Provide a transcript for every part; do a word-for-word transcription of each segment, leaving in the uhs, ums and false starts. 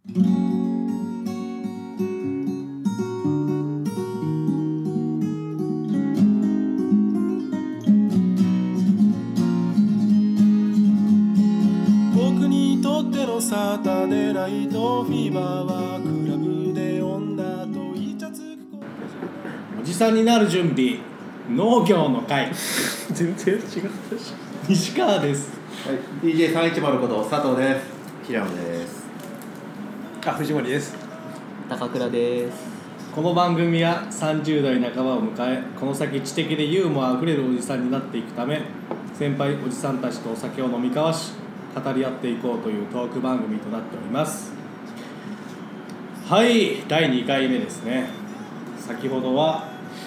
僕にとってのサタデーナイトフィーバーはクラブで女とイチャつく子。 おじさんになる準備、農業の会全然違ったし。 西川です。 はい、ディージェーさんいちまる こと佐藤です。平野です。 あ、藤森です。 高倉です。 この番組はさんじゅう代半ばを迎え、この先知的でユーモアあふれるおじさんになっていくため、先輩おじさんたちとお酒を飲み交わし語り合っていこうというトーク番組となっております。はい、だいにかいめですね。先ほどは、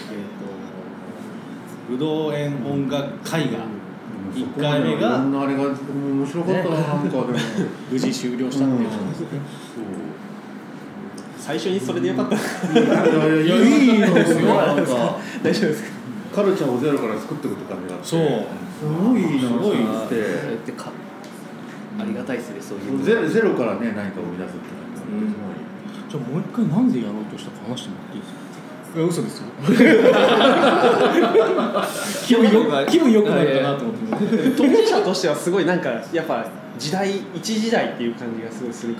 えー、とぶどう園音楽会がいっかいめが、 あんなあれが面白かったな、なんかでも無事終了したっていうことですね。 最初にそれでよかった。 いやいやいや、いいですよ。なんか大丈夫ですか。 カルチャーをゼロから作っていくって感じがあって、 そう、 すごいいいな、 すごいって。 でかありがたいですね、そういうゼロ、ゼロからね、何かを生み出すって感じが、うん、 じゃあもう一回なんでやろうとしたか話してもらっていいですか。いや、嘘ですよ。気分よ気分良くなるかなと思って。 当事者としてはすごいなんかやっぱ時代一時代っていう感じがすごいするから、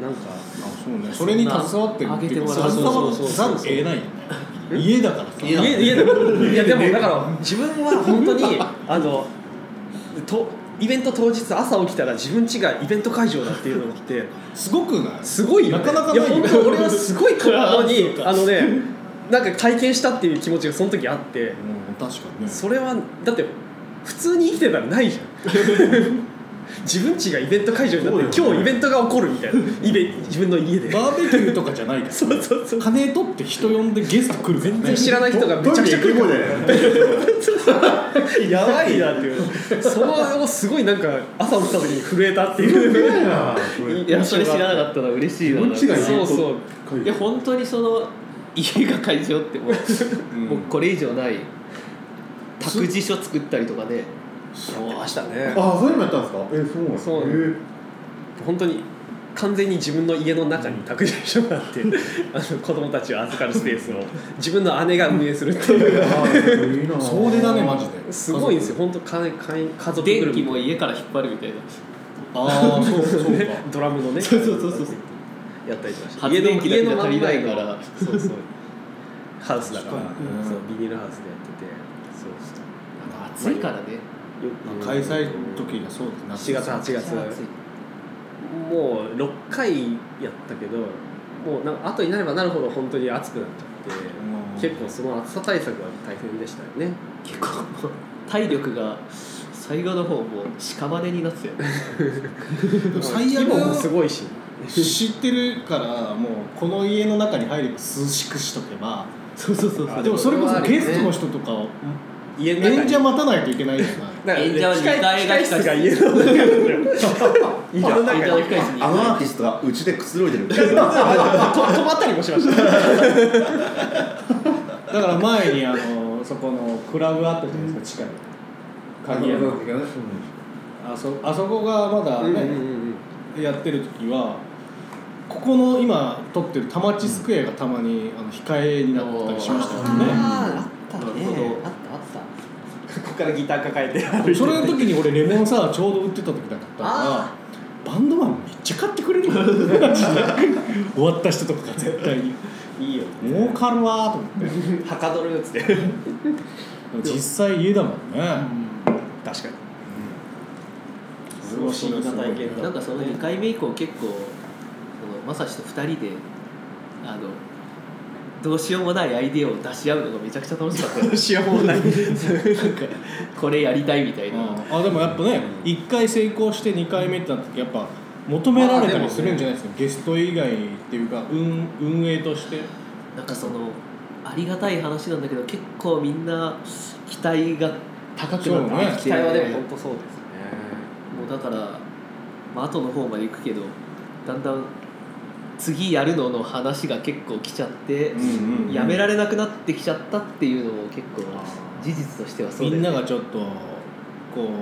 なんかあ、そうね。それに携わってるっていうか、 携わらざるを得ないよね。家だからさ。 家家だいやでもだから自分は本当にあのとイベント当日朝起きたら自分家がイベント会場だっていうのが来て、 すごくない？ すごいよ、ね、 なかなかないよ。 いや本当俺はすごいことなのにあのね、なんか体験したっていう気持ちがその時あって、うん、 確かにね。 それはだって普通に生きてたらないじゃん。自分家がイベント会場になって、ね、今日イベントが起こるみたいなイベ自分の家でバーベキューとかじゃないから、ね、 そうそうそう、 金取って人呼んでゲスト来る、 全然知らない人がめちゃくちゃ来るからやばいなっていう、それをすごいなんか朝起きた時に震えたっていういや、それ知らなかったのは嬉しいな。 そうそう、 いや本当にその家が会場ってもう、うん、もうこれ以上ない託児所作ったりとかね、 そうましたね。 ああ、そういうのやったんですか。えー、そうなんですか。 そう、えー、本当に完全に自分の家の中に託児所があってあの子供たちを預かるスペースを自分の姉が運営するっていう。 総出だね、マジで。 すごいんですよ、本当家家族電気も家から引っ張るみたいな。 ああ、そうそうか。ドラムのね。 そうそうそうそう。 やったりしました。 発電機だけじゃ足りないから。 そうそう。ハウスだから、そうビニールハウスでやってて、そうそう。 暑いからね。 開催時がそうですね。 しがつはちがつ。もうろっかいやったけど、もうなんか後になればなるほど本当に暑くなっちゃって、結構その暑さ対策は大変でしたよね。 結構体力が最後の方も屍になってたよね。 最悪もすごいし。 知ってるからもうこの家の中に入れば涼しくしとけば。 そうそうそうそう。 でもそれこそゲストの人とかを演者待たないといけないじゃない。 演者はにかいが控室が家の中にいいじゃん。演者の控室にあのアーティストがうちでくつろいでる。 止まったりもしました。 だから前にあのそこのクラブあったじゃないですか、地下に鍵屋の、あそあそこがまだね、うんうんうん、やってる時はここの今撮ってる田町スクエアがたまにあの控えになったりしましたよね。 ああ、あったね。あったあった。ここからギター抱えて。 それの時に俺レモンサワーちょうど売ってた時だったからバンドマンめっちゃ買ってくれるよ。終わった人とか絶対にいいよ。 儲かるわと思って。 はかどるっつって。 実際家だもんね。うん、 確かに。 すごい不思議な体験だ。 なんかそのにかいめ以降結構そのまさしとふたりであのどうしようもないアイデアを出し合うのがめちゃくちゃ楽しかった。 どうしようもない。なんかこれやりたいみたいな。 あ, あでもやっぱね、いっかい成功してにかいめってなった時やっぱ求められたりするんじゃないですか、ね、ゲスト以外っていうか 運, 運営として。 なんかそのありがたい話なんだけど結構みんな期待が高くなってきて、 ね、期待はでも本当そうですね。 もうだから、まあ後の方まで行くけどだんだん次やるのの話が結構来ちゃって、うんうんうん、やめられなくなってきちゃったっていうのも結構事実としてはそうだよね。 みんながちょっとこう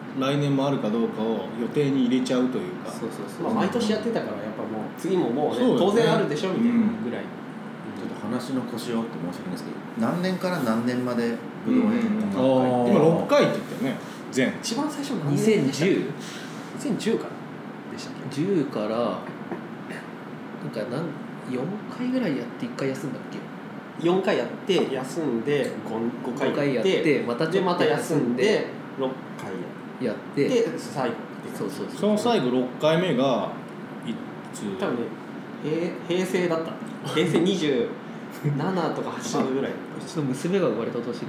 来年もあるかどうかを予定に入れちゃうというか。 そうそうそう、 まあ、毎年やってたからやっぱもう次ももうねそうだね当然あるでしょみたいなぐらい、 ちょっと話の腰をって申し訳ないですけど、何年から何年までぶどう園の今ろっかいって言ったよね全。 一番最初何にせんじゅうにせんじゅうからでしたっけ。 じゅうからなんかなんよんかいぐらいやっていっかい休んだっけ。 よんかいやって休んで ご, ごかいごかいやっやっててまたちょっとでまた休んでろっかいやってやって最後そうそうその最後ろっかいめがいつ多分ね平平成だった平成にじゅうななとかはちぐらい。 うちの娘が生まれた年だ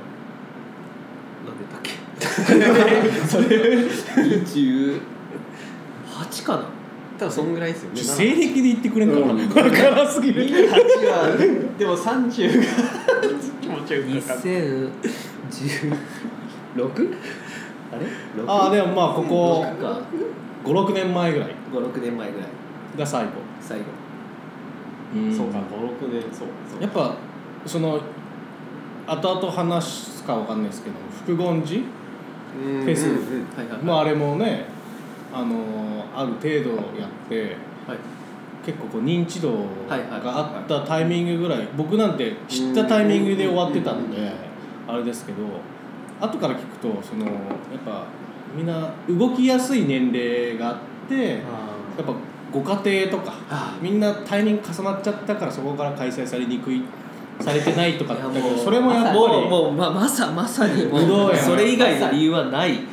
からなんでだっけそれにじゅうはちかな。 多分そんぐらいですよね。 西暦で言ってくれんかな、うん、これからすぎる。 にじゅうはちはでもさんじゅうが気持ちよくにかかる。 せんじゅうろく あれああでもまあこころくかごろくねんまえぐらいごろくねんまえぐらいが最後。 最後。 うんそうかごろくねんそうそうやっぱその後々話すかわかんないですけど福厳寺うんフェス、 うんうんはいはいはい、 まああれもねあのある程度やってはい結構こう認知度はいはいがあったタイミングぐらい僕なんて知ったタイミングで終わってたんであれですけど後から聞くとそのやっぱみんな動きやすい年齢があってやっぱご家庭とかみんなタイミング重なっちゃったからそこから開催されにくいされてないとかだけどそれもやっぱりもうもう、まあ、まさまさにもぶどう園うそれ以外の理由はないもう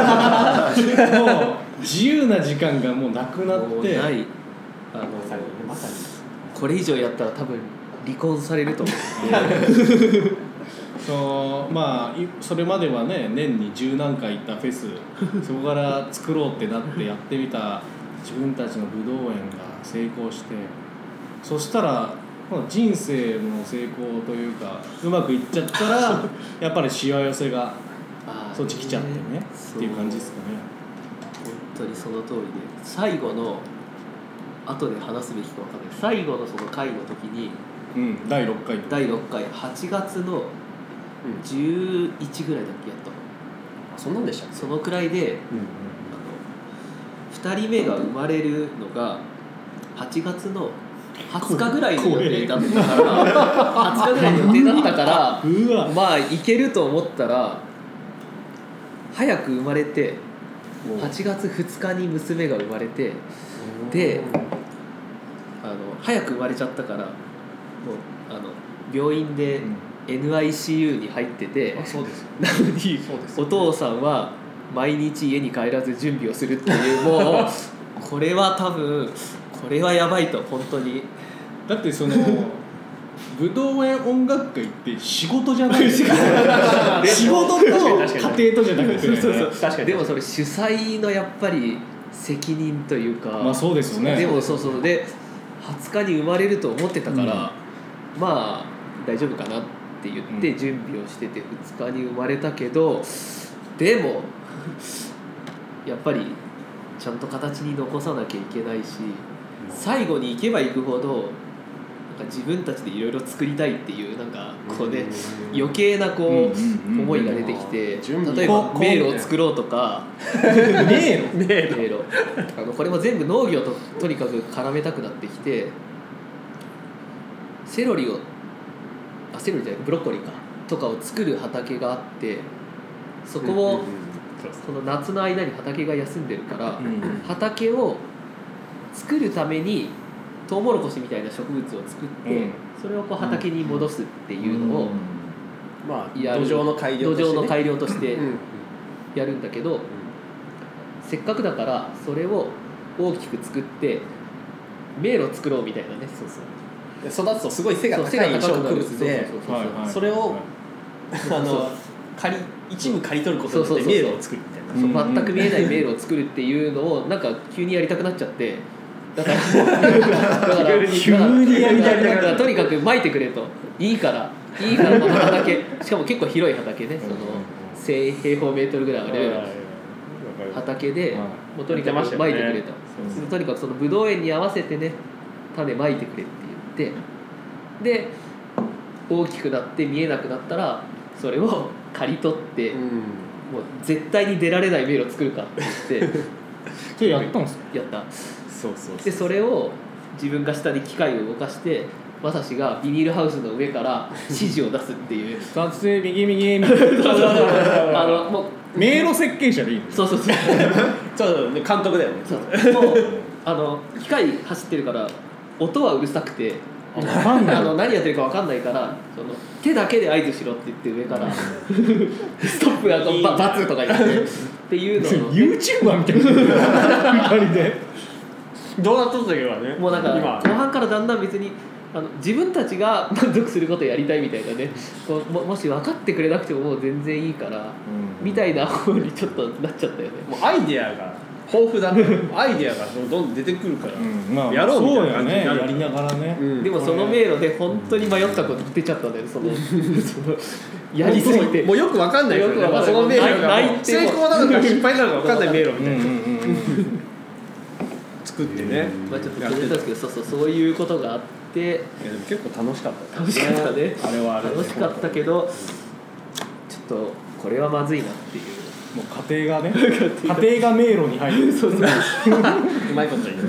自由な時間がもうなくなってもうないあのまさにまさにこれ以上やったら多分離婚されると思ってそうまあいそれまではね年に十何回行ったフェスそこから作ろうってなってやってみた自分たちのぶどう園が成功してそしたら人生の成功というかうまくいっちゃったらやっぱりしわ寄せがそっち来ちゃってねっていう感じですかね。 本当にその通りで最後の後で話すべきか分かんない最後のその回の時にうんだいろっかいだいろっかいはちがつのじゅういちぐらいだっけやったのあそんなんでしたっけ。 そのくらいでうんうんあのふたりめが生まれるのがはちがつのはつかぐらいの予定だったからはつかぐらいの予定だったからうわまあいけると思ったら早く生まれてはちがつふつかに娘が生まれてであの早く生まれちゃったからもうあの病院で エヌアイシーユー に入ってて、 あそうですよなのにそうですお父さんは毎日家に帰らず準備をするっていうもうこれは多分これはやばいと本当にだってそのぶどう園音楽会って仕事じゃない仕事と家庭とじゃなくて、ね、 そうそうそう確かにでもそれ主催のやっぱり責任というかまあそうですよね。 でもそうそうではつかに生まれると思ってたから、うん、まあ大丈夫かなって言って準備をしててふつかに生まれたけどでもやっぱりちゃんと形に残さなきゃいけないし最後に行けば行くほどなんか自分たちでいろいろ作りたいっていうなんかこうね余計なこう思いが出てきて例えば迷路を作ろうとか迷路迷路あのこれも全部農業ととにかく絡めたくなってきてセロリをあセロリじゃないブロッコリーかとかを作る畑があってそこをその夏の間に畑が休んでるから畑を作るためにトウモロコシみたいな植物を作ってそれをこう畑に戻すっていうのをまあやる土壌の改良として、ね、 土壌の改良としてやるんだけどせっかくだからそれを大きく作って迷路を作ろうみたいなねそうそう育つとすごい背が高い植物でそれをあの借り一部刈り取ることによって迷路を作るみたいなそう全く見えない迷路を作るっていうのをなんか急にやりたくなっちゃってだからだから急にやりたくなっちゃってとにかく撒いてくれといいからいいからこの畑しかも結構広い畑ねそのせん平方メートルぐらいある畑でもうとにかく撒いてくれととにかくそのブドウ園に合わせてね種撒いてくれって言ってで大きくなって見えなくなったらそれを刈り取ってもう絶対に出られない迷路作るかって言ってそれやったんですか？ やったそうそうそうでそれを自分が下に機械を動かしてまさしがビニールハウスの上から指示を出すっていう撮影右右みたいなあのもう迷路設計者でいいの？ そうそうそうそうね監督だよねそうもうあの機械走ってるから音はうるさくてあ分かんないあの何やってるか分かんないからその手だけで合図しろって言って上からストップだとババツとか言ってっていうのを YouTuber みたいなふたりでどうなっとったけどねもうなんか今後半からだんだん別にあの自分たちが満足することをやりたいみたいなねこう も, もし分かってくれなくてももう全然いいから、うん、みたいな方にちょっとなっちゃったよね。 もうアイデアが豊富だねアイデアがどんどん出てくるから、 うんまあ、 やろうみたいな感じになるそうよねやりながらね、 うん、 でもその迷路で本当に迷ったこと出ちゃったんだよそのそのやりすぎてもうよく分かんないですよね、まあ、その迷路がないない成功なのか失敗なのか分かんない迷路みたいな、 うんうんうんうん作ってね、 まあちょっと気になったんですけどそうそうそういうことがあっていやでも結構楽しかった楽しかったねあれはあれ楽しかったけどちょっとこれはまずいなっていうもう家庭がね家庭が迷路に入るそうそううまいこと言う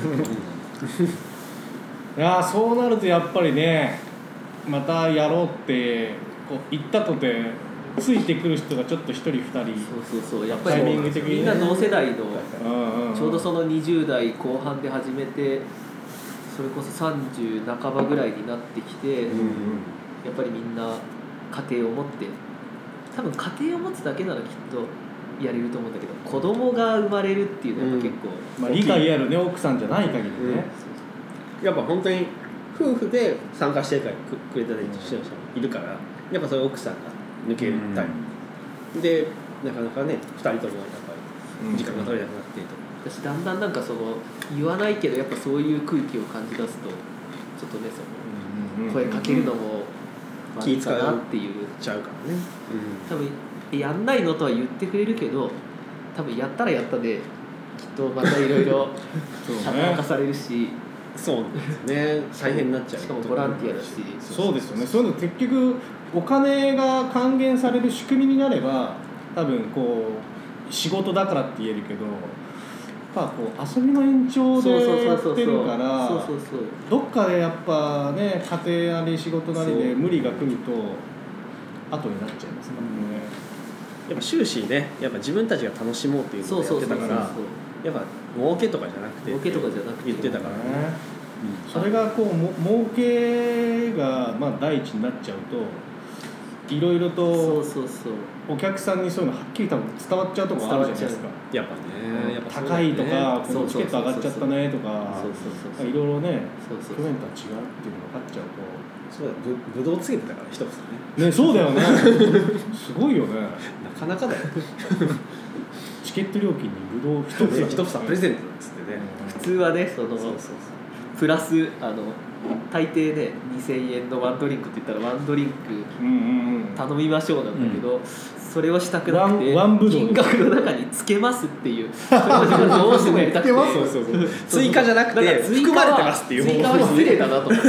いやそうなるとやっぱりねまたやろうってこう言ったとてついてくる人がちょっと一人二人そうそうそうやっぱりタイミング的にねみんな同世代のうんうんちょうどそのにじゅう代後半で始めてそれこそさんじゅう半ばぐらいになってきて、 うんうん、 やっぱりみんな家庭を持って多分家庭を持つだけならきっとやれると思うんだけど子供が生まれるっていうのが結構、 うんまあ、理解あるね奥さんじゃない限りね、 うん、やっぱ本当に夫婦で参加してくれたりしてる人もいるからやっぱそれ奥さんが抜けたり、うん、でなかなかねふたりともやっぱり時間が取れなくなってとか、 うん、私だんだんなんかその言わないけどやっぱそういう空気を感じ出すとちょっとねその声かけるのも気使うかなっていうちゃうからね、 多分やんないのとは言ってくれるけど多分やったらやったできっとまたいろいろ働かされるしそうなんですね大変になっちゃうしかもボランティアだしそうですよねそういうの結局お金が還元される仕組みになれば多分こう仕事だからって言えるけどやっぱこう遊びの延長でやってるからどっかでやっぱね家庭なり仕事なりで無理が来ると後になっちゃいますからね、 うん、やっぱ終始ねやっぱ自分たちが楽しもうっていうのをやってたからやっぱ儲けとかじゃなくて儲けとかじゃなくて言ってたからね、 うん、それがこうも儲けがまあ第一になっちゃうといろいろとそうそうそうお客さんにそういうのはっきり多分伝わっちゃうところあるじゃないですかやっぱねやっぱ高いとかこのチケット上がっちゃったねとかいろいろね去年とは違うっていうのが分かっちゃうとそうだ ぶ, ぶどうつけてたから一つねねそうだよねすごいよねなかなかだよチケット料金にぶどう一つ一房プレゼントなんつってね、 うん、普通はねそのそうそうそうプラスあの大抵ねにせんえんのワンドリンクって言ったらワンドリンク頼みましょうなんだけど、うん、それをしたくなくて金額の中につけますっていうそれを自分どうしてもやりたくてそうそうそう追加じゃなくて含まれてますっていう追加は失礼だなと思って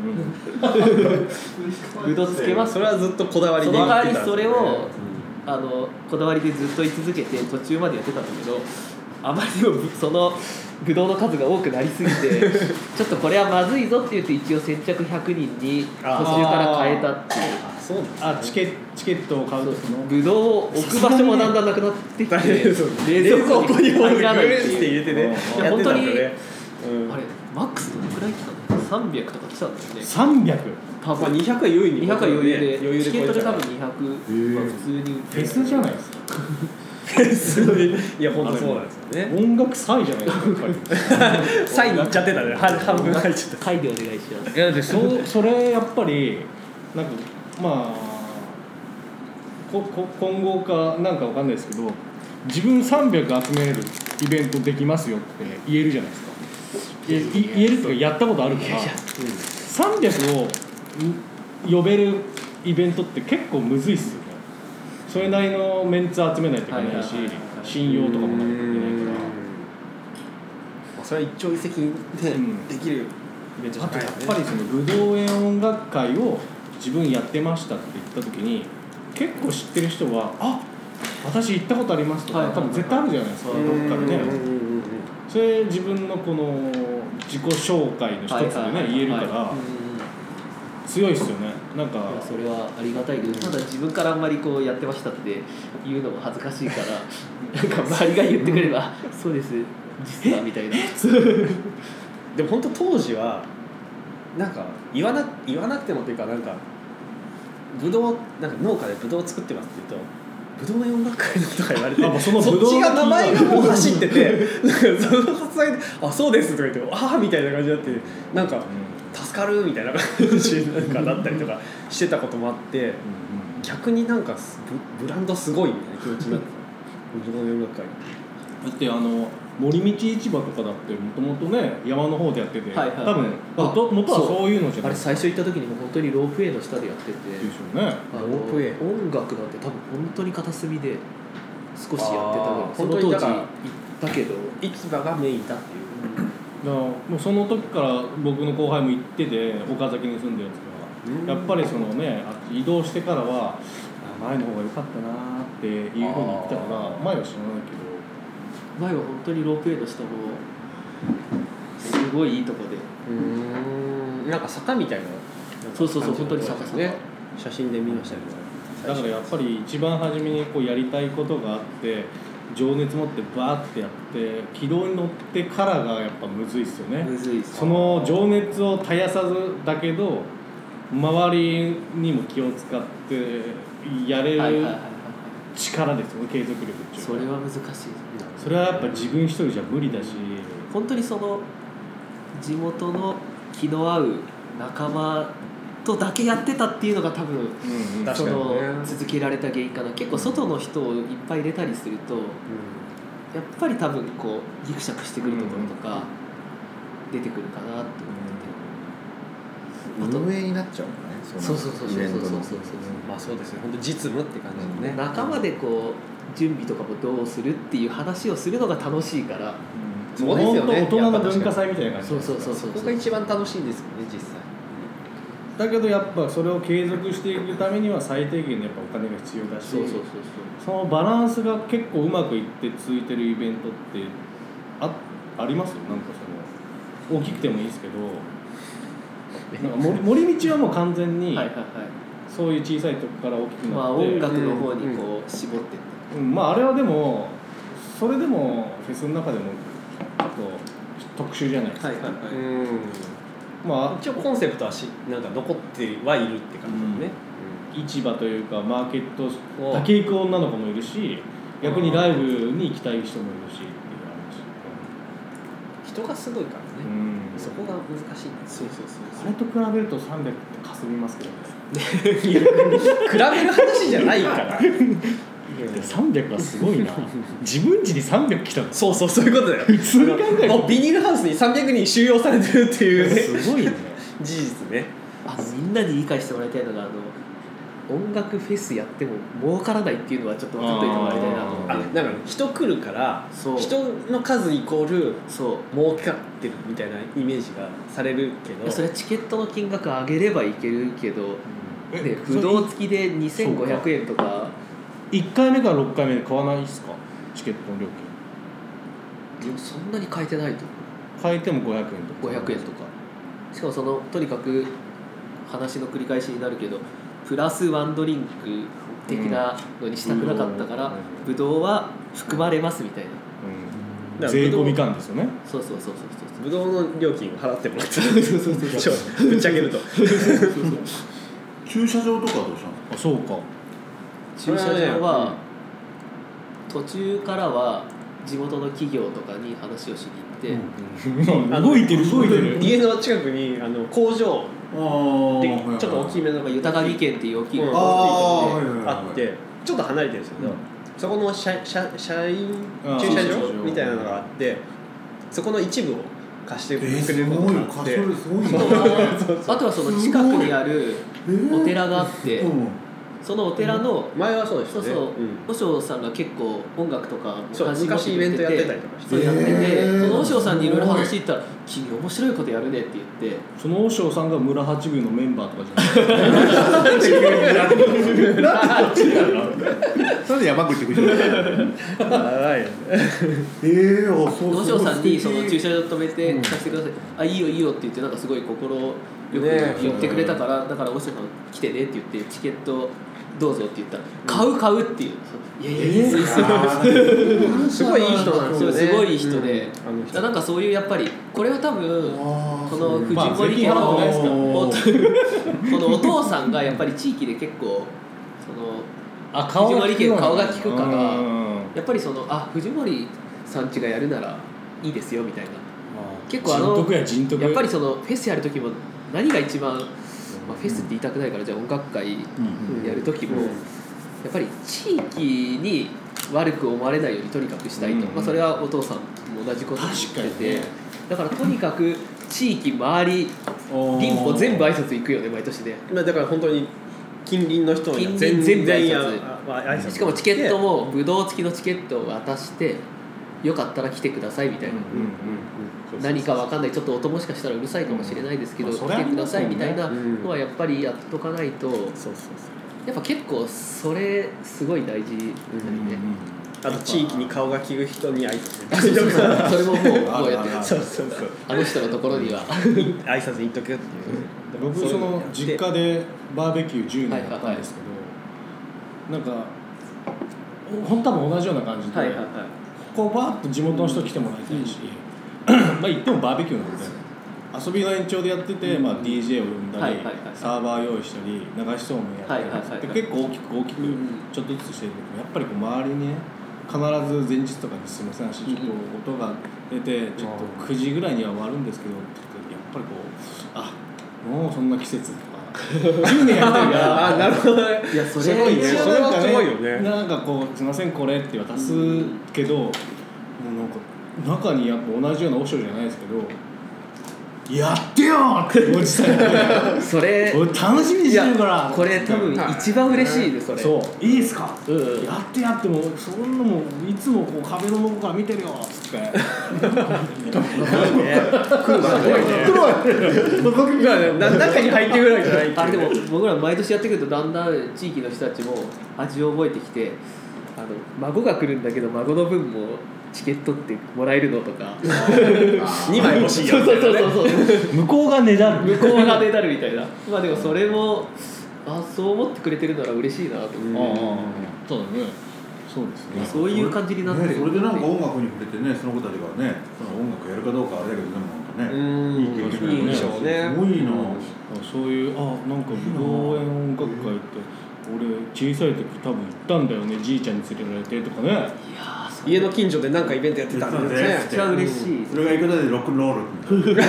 ぶどうつけますそれはずっとこだわりでその代わりそれを、うん、あのこだわりでずっと居続けて途中までやってたんだけどあまりにもそのぶどうの数が多くなりすぎてちょっとこれはまずいぞって言って一応先着ひゃくにんに途中から変えたっていうそうなんですね、 あチケチケットを買うとぶどうを置く場所もだんだんなくなってきて冷蔵庫に入らないっていう入れてねいや本当に、 ねうん、 あれマックスどのくらい来たのさんびゃくとか来たんだよねさんびゃく多分まあ、にひゃくは優位ににひゃくは余裕で余裕でチケットで多分にひゃくは普通にフェスじゃないですかフェスいや本当そうなんですよね音楽祭じゃないですかやっぱりサインに行っちゃってたね半分入っちゃった回でお願いしますいやでそそれやっぱりなんかまあここ今後かなんかわかんないですけど自分さんびゃく集めれるイベントできますよって言えるじゃないですか言え, 言えるとかやったことあるからさんびゃくを呼べるイベントって結構むずいっすよねそれなりのメンツ集めないといけないし信用とかもないといけないからそれは一朝一夕でできるイベントじゃないよねあとやっぱりその武道園音楽会を自分やってましたって言った時に結構知ってる人はあ私行ったことありますとか、 はいはいはい多分絶対あるじゃないですか、どっかでね。 うんうんうんうんそれ自分のこの自己紹介の一つでね言えるから強いっすよね。なんかいやそれはありがたいけど、ただ自分からあんまりこうやってましたって言うのも恥ずかしいからなんか周りが言ってくればそうです実はみたいなでも本当当時はなんか言わな言わなくてもというかなんかブドウなんか農家でブドウを作ってますって言うとブドウの音楽会のとか言われてあもうそのそっブドウちが名前がもう走っててなんかその発売であそうですとか言ってああみたいな感じになってなんか助かるみたいな感じなんかだったりとかしてたこともあって逆になんかブ, ブランドすごいみたいな気持ちになってたブドウの音楽会だってあの森道市場とかだってもともとね山の方でやってて、 はいはい多分元元はそういうのじゃないあれ最初行った時にも本当にロープウェイの下でやっててでしょうね。 あのロープウェイ音楽なんて多分本当に片隅で少しやってたぐらいあーその当時行本当にだからったけど市場がメインだっていうだからもうその時から僕の後輩も行ってて岡崎に住んでるやつが、やっぱりそのねあ移動してからはあ前の方が良かったなっていうふうに言ってたから前は知らないけど前は本当にロープウェイの下もすごいいいとこでうーんなんか坂みたいなそうそうそう感じの本当に坂ですね写真で見ましたけどだからやっぱり一番初めにこうやりたいことがあって情熱持ってバーってやって軌道に乗ってからがやっぱむずいっすよね。 むずいっすその情熱を絶やさずだけど周りにも気を使ってやれるはいはいはいはい力ですよね、継続力っていうかそれは難しいそれはやっぱ自分一人じゃ無理だし本当にその地元の気の合う仲間とだけやってたっていうのが多分うんうん確かにねその続けられた原因かな。結構外の人をいっぱい入れたりするとやっぱり多分こうギクシャクしてくるところとか出てくるかなと思ってて、 運営になっちゃうもんね。 そうそうそうそうそうイベントのそうそうそうまあそうですね本当実務って感じでね仲間でこう準備とかもどうするっていう話をするのが楽しいからそうですよね本当大人の文化祭みたいな感じそうそうそうそうここが一番楽しいですよね実際だけどやっぱそれを継続していくためには最低限のやっぱお金が必要だしそうそうそうそのバランスが結構うまくいって続いてるイベントってあありますよ。なんかその大きくてもいいですけどなんか森森道はもう完全にはいはいはいそういう小さいとこから大きくなって、 まあ音楽の方にこう絞ってってうん、まああれはでもそれでもフェスの中でもちょっと特殊じゃないですか、 はいはいはいうんまあ一応コンセプトはしなんか残ってはいるって感じだね市場というかマーケットだけ行く女の子もいるし逆にライブに行きたい人もいるしっていう人がすごいから話、うねん、 そこが難しいんですそうそうそうあれと比べるとさんびゃくってかすみますけどね比べる話じゃないからさんびゃくはすごいな自分家にさんびゃく来たのそうそうそういうことだよ普通に考えるともうビニールハウスにさんびゃくにん収容されてるっていうねすごいね事実ねあのみんなに理解してもらいたいのがあの音楽フェスやっても儲からないっていうのはちょっと分かっといてもらいたいなと思あってなんか人来るからそう人の数イコールそう儲かってるみたいなイメージがされるけどいやそれはチケットの金額上げればいけるけど、 えね、不動付きでにせんごひゃくえんとかいっかいめからろっかいめで買わないですかチケットの料金でもそんなに変えてないと変えてもごひゃくえんとかごひゃくえんとかしかもそのとにかく話の繰り返しになるけどプラスワンドリンク的なのにしたくなかったから、 うんブドウは含まれますみたいな、 うん、税込み感ですよねそうそうそうそうブドウの料金を払ってもらってそうそうそうそうそうぶっちゃけると駐車場とかはどうしたの？ あそうか駐車場は途中からは地元の企業とかに話をしに行って、 あの動いてる動いてる家の近くにあの工場あでちょっと大きめの豊上県っていう大きいうんのがあーはいはいはいあってちょっと離れてるんですけど、 うんそこの社社社員あー駐車駐車場場みたいなのがあってそこの一部を貸してくれえー、するこごいとがあって、 それすごいねあとはその近くにあるお寺があって、 うんそのお寺の前はそうでしたねそうそう和尚さんが結構音楽とかもそう始め昔イベントやってたりとかしてそうやってて、 へーその和尚さんにいろいろ話聞いたら君面白いことやるねって言ってその和尚さんが村八部のメンバーとかじゃないなんで急になんでこっちなのなんで山口行くじゃん長いよねええー、あそう和尚さんにその駐車車場止めて貸してください、あいいよいいよって言ってなんかすごい心よく言ってくれたから、だから和尚さん来てねって言ってチケットどうぞって言ったら買う買うっていう、いやいやいやいやすごいいい人なんですよねすごい人で、 うんあの人なんかそういうやっぱりこれは多分あーこの藤まあ森家の税金払ってないですからおこのお父さんがやっぱり地域で結構そのあ藤森家の顔が利くからうんやっぱりそのあ藤森さん家がやるならいいですよみたいな、結構あ人の徳や人徳やっぱりそのフェスやる時も何が一番、まあ、フェスって言いたくないからじゃあ音楽会やる時も、 うんやっぱり地域に悪く思われないようにとにかくしたいと、 うんまあ、それはお父さんも同じこと言ってて、 確かにねだからとにかく地域周り隣歩全部挨拶行くよね毎年で、 まあだから本当に近隣の人に近隣全全部挨拶やあ挨拶しかもチケットもブドウ付きのチケットを渡してよかったら来てくださいみたいな、何かわかんないちょっと音もしかしたらうるさいかもしれないですけど、 うんまあそれ来てくださいみたいなうんのはやっぱりやっとかないと、 そうそうそうやっぱ結構それすごい大事だよね、 あと地域に顔が利く人に挨拶それももうあるもうやってるあるそうそうそうあの人のところには挨拶に言っとくっていう僕その実家でバーベキューじゅうねんやったんですけど、なんか本当多分同じような感じで、 はいはいはいこうバーッと地元の人来てもらいたいし、まあ言ってもバーベキューなんで遊びの延長でやってて、まあ、ディージェー を呼んだり、 はいはいはいサーバー用意したり流しそうめんやったり、 はいはいはいはいで結構大きく大きくうんちょっとずつしてるけどやっぱりこう周りにね必ず前日とかにすみませんしちょっと音が出てちょっとくじぐらいには終わるんですけどって言ってやっぱりこうあもうそんな季節とかじゅうねんやってるからあなるほどねいやそれすごいね一応それはなんかすごいよねなんかこうすみませんこれって渡すけど、もうなんか中にやっぱ同じような和尚じゃないですけどやってよーっておじさんがそれ俺楽しみにしてるからこれ多分一番嬉しいでそれそういいですか、 うんうんやってやってもそんなもんいつもこう壁の向こうから見てるよっつってな中に入ってぐらいじゃないっていうあれでも僕ら毎年やってくるとだんだん地域の人たちも味を覚えてきてあの孫が来るんだけど孫の分もチケットってもらえるのとかにまい欲しいよそうそうそうそう向こうがねだる向こうがねだるみたいなまあでもそれもあそう思ってくれてるなら嬉しいなと思って、 ああそうだねそうですねそういう感じになってる、 ね、それでなんか音楽に触れてねその子たちがねその音楽やるかどうかあれだけどでもなんかねうんいい経験いいでしょうねすごいな、 そういうあなんか武道園音楽会って俺小さい時多分行ったんだよねじいちゃんに連れられてとかねいやーそれ家の近所で何かイベントやってたんですねめっちゃ嬉しい、 それがいくらでロックンロールみたいな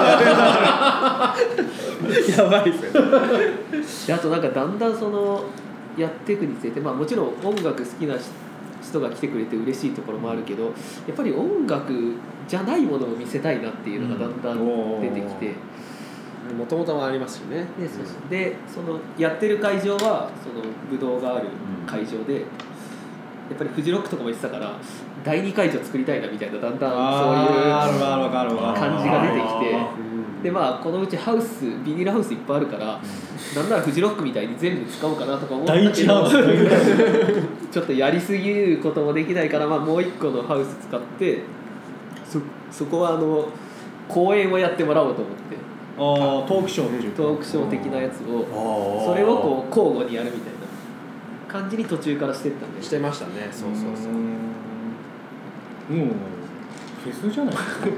やばいですよであとなんかだんだんそのやっていくにつれて、まあ、もちろん音楽好きな人が来てくれて嬉しいところもあるけどやっぱり音楽じゃないものを見せたいなっていうのがだんだん出てきて、 もともともありますしねでそうそうでそのやってる会場はその武道がある会場で、やっぱりフジロックとかも言ってたからだいに会場作りたいなみたいなだんだんそういうあるあるわかるわかる感じが出てきてうんでまあこのうちハウスビニールハウスいっぱいあるからなんならフジロックみたいに全部使おうかなとか思った第けど一ハウス第一ハウスちょっとやりすぎることもできないから、まあ、もう一個のハウス使ってそそこはあの公演をやってもらおうと思ってああトークショーっていうトークショー的なやつをあーそれをこう交互にやるみたいな感じに途中からしてったんでしてましたねそうそうそううもうフェスじゃない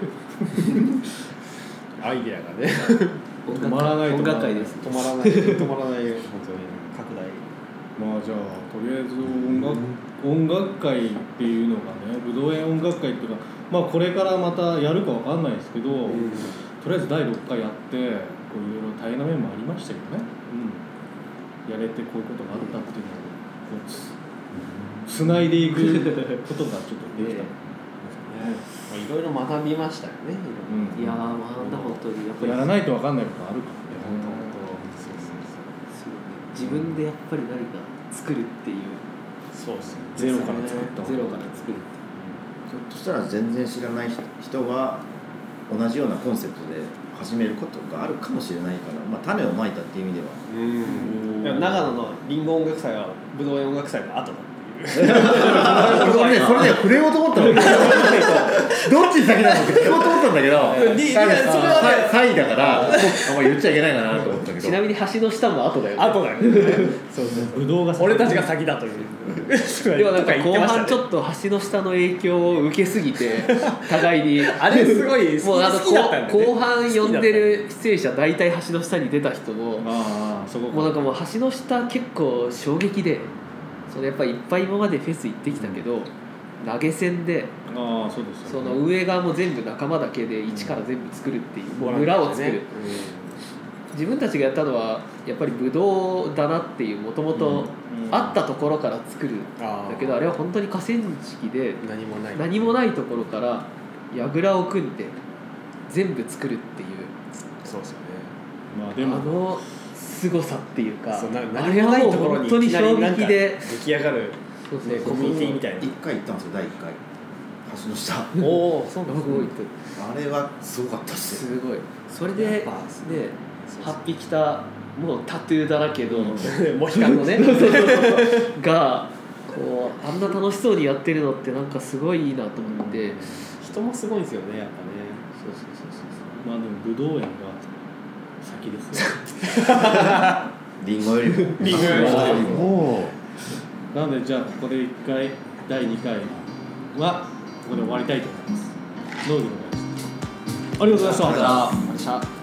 アイデアがね音止まらない音楽会です止まらない止まらないよ本当に拡大まあじゃあとりあえず音楽音楽会っていうのがね武道園音楽会っていうのはまあこれからまたやるかわかんないですけど、 うんとりあえずだいろっかいやってこういろいろ大変な面もありましたけどね、うん、やれてこういうことがあったっていうのをこうつつないでいくことがちょっとできた、 まあいろいろ学びましたよねうんいやーまあなんだ本当にやっぱりやらないとわかんないことあるからね本当本当そうそうそう自分でやっぱり何か作るっていうそうそうですゼロから作ったゼロから作るってひょっとしたら全然知らない人が同じようなコンセプトで始めることがあるかもしれないから、まあ、種をまいたっていう意味ではうんでも長野のリンゴ音楽祭はブドウ園音楽祭の後だっていう俺ねそれね触れようと思ったのどっちに先なのか聞こうと思ったんだけどいやいやそれはねサイだからあんま言っちゃいけないかなと思ったけどちなみに橋の下も後だよね後だよねそうそうぶどうが俺たちが先だというでもなんか後言ってましたね半ちょっと橋の下の影響を受けすぎて互いにあれすごい好きもうあの好きだったんだよね後半呼んでる出演者大体橋の下に出た人もああそこもうなんかもう橋の下結構衝撃でそのやっぱいっぱい今までフェス行ってきたけど投げ銭でああそうですそよねの運営側も全部仲間だけで一から全部作るっていうもう村を作る自分たちがやったのはやっぱりブドウだなっていうもともとあったところから作るあーだけどあれは本当に河川敷で何もない何もないところから櫓を組んで全部作るっていうそうですよねまあでもあの凄さっていうかそうなあ何もないれはもうところに本当に衝撃で出来上がるそうそうねコミュニティみたいな一回行ったんですよだいいっかい橋の下おおそうなん僕も言ってあれはすごかったっすよすごいそれでねやっぱはっぴきたもうタトゥーだらけのモヒカンのねがこうあんな楽しそうにやってるのってなんかすごいいいなと思って人もすごいんですよねやっぱねそうそうそうそうまあでもぶどう園が先ですよリンゴよりもリンゴよりももなのでじゃあここでいっかいだいにかいはここで終わりたいと思います。どうぞお願いします。ありがとうございました。 ありがとうございました。